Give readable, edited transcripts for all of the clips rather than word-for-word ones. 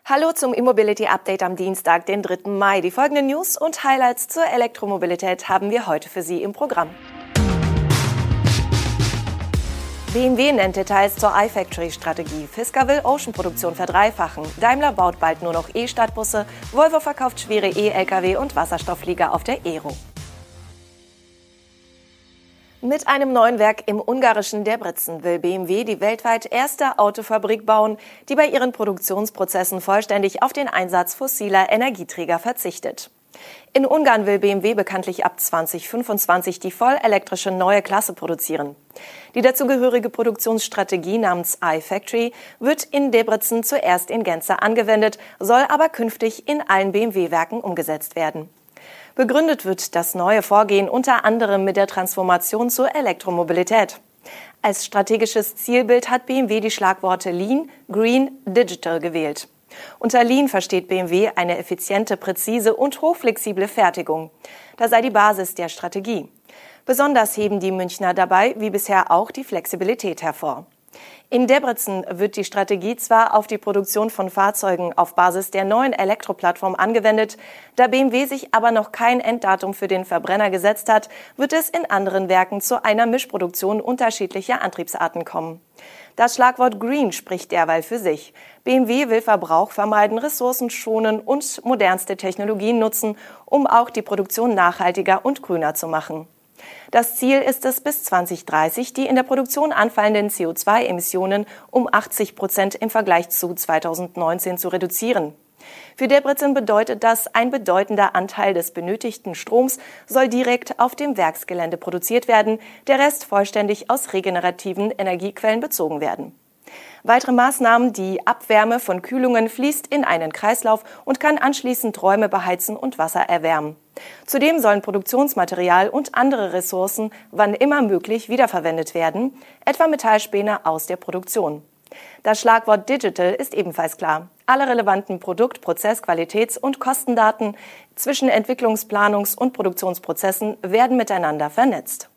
Hallo zum E-Mobility-Update am Dienstag, den 3. Mai. Die folgenden News und Highlights zur Elektromobilität haben wir heute für Sie im Programm. BMW nennt Details zur iFactory-Strategie. Fisker will Ocean-Produktion verdreifachen. Daimler baut bald nur noch E-Stadtbusse. Volvo verkauft schwere E-Lkw und Wasserstoffflieger auf der Aero. Mit einem neuen Werk im ungarischen Debrecen will BMW die weltweit erste Autofabrik bauen, die bei ihren Produktionsprozessen vollständig auf den Einsatz fossiler Energieträger verzichtet. In Ungarn will BMW bekanntlich ab 2025 die vollelektrische neue Klasse produzieren. Die dazugehörige Produktionsstrategie namens iFactory wird in Debrecen zuerst in Gänze angewendet, soll aber künftig in allen BMW-Werken umgesetzt werden. Begründet wird das neue Vorgehen unter anderem mit der Transformation zur Elektromobilität. Als strategisches Zielbild hat BMW die Schlagworte Lean, Green, Digital gewählt. Unter Lean versteht BMW eine effiziente, präzise und hochflexible Fertigung. Das sei die Basis der Strategie. Besonders heben die Münchner dabei, wie bisher auch, die Flexibilität hervor. In Debrecen wird die Strategie zwar auf die Produktion von Fahrzeugen auf Basis der neuen Elektroplattform angewendet, da BMW sich aber noch kein Enddatum für den Verbrenner gesetzt hat, wird es in anderen Werken zu einer Mischproduktion unterschiedlicher Antriebsarten kommen. Das Schlagwort Green spricht derweil für sich. BMW will Verbrauch vermeiden, Ressourcen schonen und modernste Technologien nutzen, um auch die Produktion nachhaltiger und grüner zu machen. Das Ziel ist es, bis 2030 die in der Produktion anfallenden CO2-Emissionen um 80% im Vergleich zu 2019 zu reduzieren. Für Debrecen bedeutet das, ein bedeutender Anteil des benötigten Stroms soll direkt auf dem Werksgelände produziert werden, der Rest vollständig aus regenerativen Energiequellen bezogen werden. Weitere Maßnahmen, die Abwärme von Kühlungen fließt in einen Kreislauf und kann anschließend Räume beheizen und Wasser erwärmen. Zudem sollen Produktionsmaterial und andere Ressourcen wann immer möglich wiederverwendet werden, etwa Metallspäne aus der Produktion. Das Schlagwort Digital ist ebenfalls klar. Alle relevanten Produkt-, Prozess-, Qualitäts- und Kostendaten zwischen Entwicklungs-, und Produktionsprozessen werden miteinander vernetzt.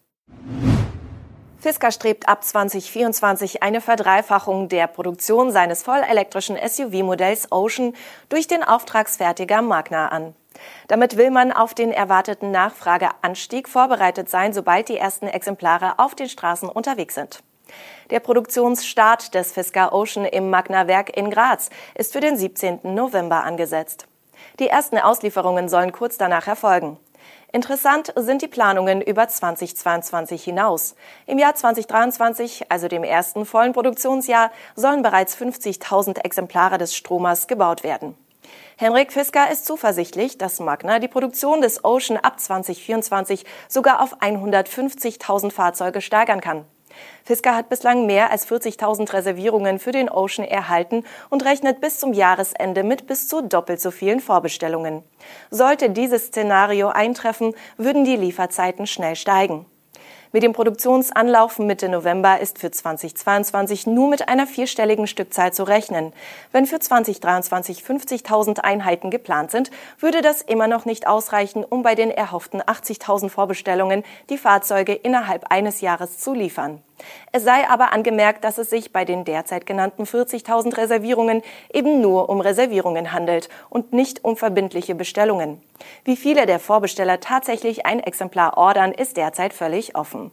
Fisker strebt ab 2024 eine Verdreifachung der Produktion seines vollelektrischen SUV-Modells Ocean durch den Auftragsfertiger Magna an. Damit will man auf den erwarteten Nachfrageanstieg vorbereitet sein, sobald die ersten Exemplare auf den Straßen unterwegs sind. Der Produktionsstart des Fisker Ocean im Magna-Werk in Graz ist für den 17. November angesetzt. Die ersten Auslieferungen sollen kurz danach erfolgen. Interessant sind die Planungen über 2022 hinaus. Im Jahr 2023, also dem ersten vollen Produktionsjahr, sollen bereits 50.000 Exemplare des Stromers gebaut werden. Henrik Fisker ist zuversichtlich, dass Magna die Produktion des Ocean ab 2024 sogar auf 150.000 Fahrzeuge steigern kann. Fisker hat bislang mehr als 40.000 Reservierungen für den Ocean erhalten und rechnet bis zum Jahresende mit bis zu doppelt so vielen Vorbestellungen. Sollte dieses Szenario eintreffen, würden die Lieferzeiten schnell steigen. Mit dem Produktionsanlauf Mitte November ist für 2022 nur mit einer vierstelligen Stückzahl zu rechnen. Wenn für 2023 50.000 Einheiten geplant sind, würde das immer noch nicht ausreichen, um bei den erhofften 80.000 Vorbestellungen die Fahrzeuge innerhalb eines Jahres zu liefern. Es sei aber angemerkt, dass es sich bei den derzeit genannten 40.000 Reservierungen eben nur um Reservierungen handelt und nicht um verbindliche Bestellungen. Wie viele der Vorbesteller tatsächlich ein Exemplar ordern, ist derzeit völlig offen.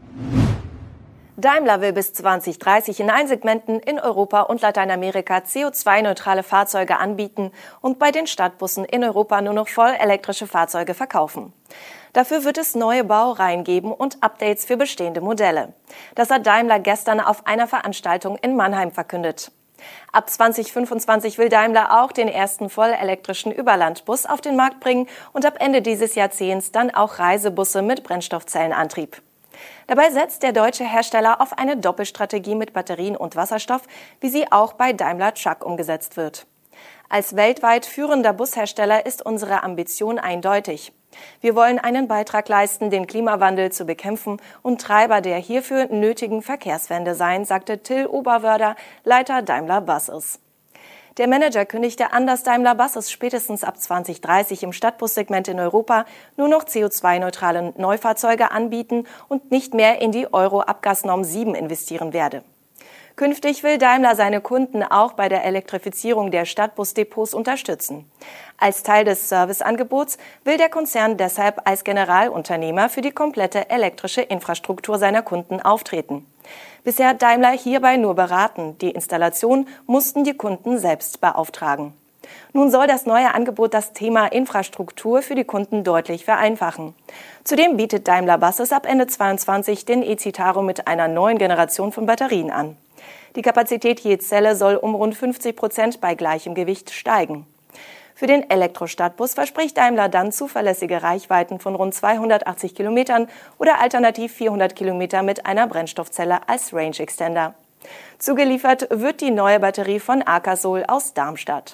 Daimler will bis 2030 in allen Segmenten in Europa und Lateinamerika CO2-neutrale Fahrzeuge anbieten und bei den Stadtbussen in Europa nur noch vollelektrische Fahrzeuge verkaufen. Dafür wird es neue Baureihen geben und Updates für bestehende Modelle. Das hat Daimler gestern auf einer Veranstaltung in Mannheim verkündet. Ab 2025 will Daimler auch den ersten vollelektrischen Überlandbus auf den Markt bringen und ab Ende dieses Jahrzehnts dann auch Reisebusse mit Brennstoffzellenantrieb. Dabei setzt der deutsche Hersteller auf eine Doppelstrategie mit Batterien und Wasserstoff, wie sie auch bei Daimler Truck umgesetzt wird. Als weltweit führender Bushersteller ist unsere Ambition eindeutig. Wir wollen einen Beitrag leisten, den Klimawandel zu bekämpfen und Treiber der hierfür nötigen Verkehrswende sein, sagte Till Oberwörder, Leiter Daimler Buses. Der Manager kündigte an, dass Daimler Buses spätestens ab 2030 im Stadtbussegment in Europa nur noch CO2-neutrale Neufahrzeuge anbieten und nicht mehr in die Euro-Abgasnorm 7 investieren werde. Künftig will Daimler seine Kunden auch bei der Elektrifizierung der Stadtbusdepots unterstützen. Als Teil des Serviceangebots will der Konzern deshalb als Generalunternehmer für die komplette elektrische Infrastruktur seiner Kunden auftreten. Bisher hat Daimler hierbei nur beraten, die Installation mussten die Kunden selbst beauftragen. Nun soll das neue Angebot das Thema Infrastruktur für die Kunden deutlich vereinfachen. Zudem bietet Daimler Buses ab Ende 2022 den e-Citaro mit einer neuen Generation von Batterien an. Die Kapazität je Zelle soll um rund 50% bei gleichem Gewicht steigen. Für den Elektrostadtbus verspricht Daimler dann zuverlässige Reichweiten von rund 280 Kilometern oder alternativ 400 Kilometer mit einer Brennstoffzelle als Range Extender. Zugeliefert wird die neue Batterie von Akasol aus Darmstadt.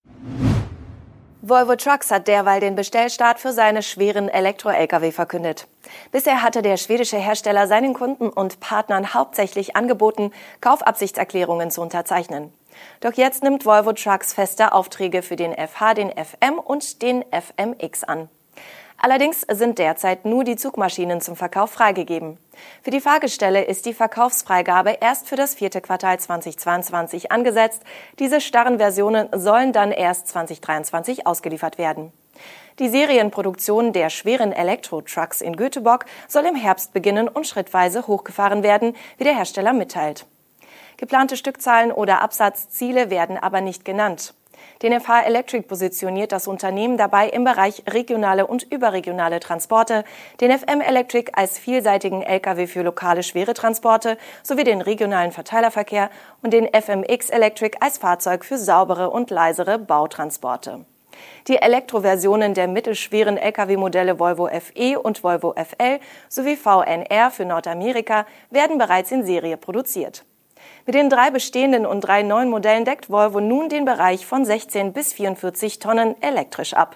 Volvo Trucks hat derweil den Bestellstart für seine schweren Elektro-Lkw verkündet. Bisher hatte der schwedische Hersteller seinen Kunden und Partnern hauptsächlich angeboten, Kaufabsichtserklärungen zu unterzeichnen. Doch jetzt nimmt Volvo Trucks feste Aufträge für den FH, den FM und den FMX an. Allerdings sind derzeit nur die Zugmaschinen zum Verkauf freigegeben. Für die Fahrgestelle ist die Verkaufsfreigabe erst für das 4. Quartal 2022 angesetzt. Diese starren Versionen sollen dann erst 2023 ausgeliefert werden. Die Serienproduktion der schweren Elektro-Trucks in Göteborg soll im Herbst beginnen und schrittweise hochgefahren werden, wie der Hersteller mitteilt. Geplante Stückzahlen oder Absatzziele werden aber nicht genannt. Den FH Electric positioniert das Unternehmen dabei im Bereich regionale und überregionale Transporte, den FM Electric als vielseitigen Lkw für lokale schwere Transporte sowie den regionalen Verteilerverkehr und den FMX Electric als Fahrzeug für saubere und leisere Bautransporte. Die Elektroversionen der mittelschweren Lkw-Modelle Volvo FE und Volvo FL sowie VNR für Nordamerika werden bereits in Serie produziert. Mit den 3 bestehenden und 3 neuen Modellen deckt Volvo nun den Bereich von 16 bis 44 Tonnen elektrisch ab.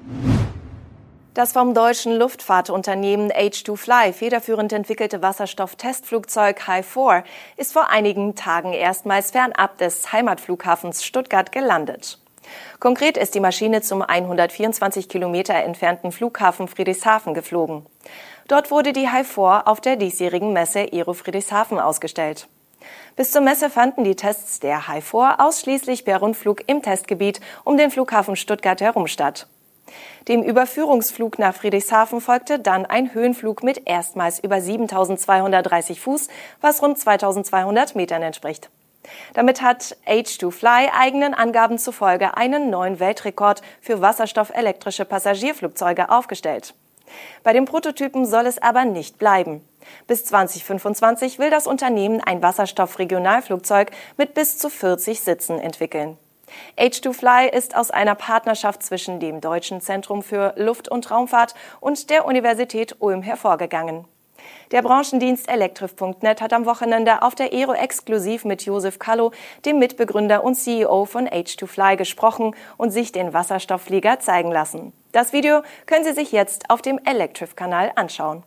Das vom deutschen Luftfahrtunternehmen H2Fly federführend entwickelte Wasserstofftestflugzeug HI4 ist vor einigen Tagen erstmals fernab des Heimatflughafens Stuttgart gelandet. Konkret ist die Maschine zum 124 Kilometer entfernten Flughafen Friedrichshafen geflogen. Dort wurde die HI4 auf der diesjährigen Messe Aero Friedrichshafen ausgestellt. Bis zur Messe fanden die Tests der HI4 ausschließlich per Rundflug im Testgebiet um den Flughafen Stuttgart herum statt. Dem Überführungsflug nach Friedrichshafen folgte dann ein Höhenflug mit erstmals über 7.230 Fuß, was rund 2.200 Metern entspricht. Damit hat H2Fly eigenen Angaben zufolge einen neuen Weltrekord für wasserstoffelektrische Passagierflugzeuge aufgestellt. Bei den Prototypen soll es aber nicht bleiben. Bis 2025 will das Unternehmen ein Wasserstoff-Regionalflugzeug mit bis zu 40 Sitzen entwickeln. H2Fly ist aus einer Partnerschaft zwischen dem Deutschen Zentrum für Luft- und Raumfahrt und der Universität Ulm hervorgegangen. Der Branchendienst Electrif.net hat am Wochenende auf der Aero exklusiv mit Josef Kallo, dem Mitbegründer und CEO von H2Fly, gesprochen und sich den Wasserstoffflieger zeigen lassen. Das Video können Sie sich jetzt auf dem Electrif-Kanal anschauen.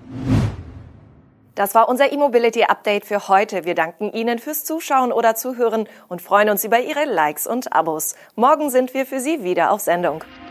Das war unser E-Mobility-Update für heute. Wir danken Ihnen fürs Zuschauen oder Zuhören und freuen uns über Ihre Likes und Abos. Morgen sind wir für Sie wieder auf Sendung.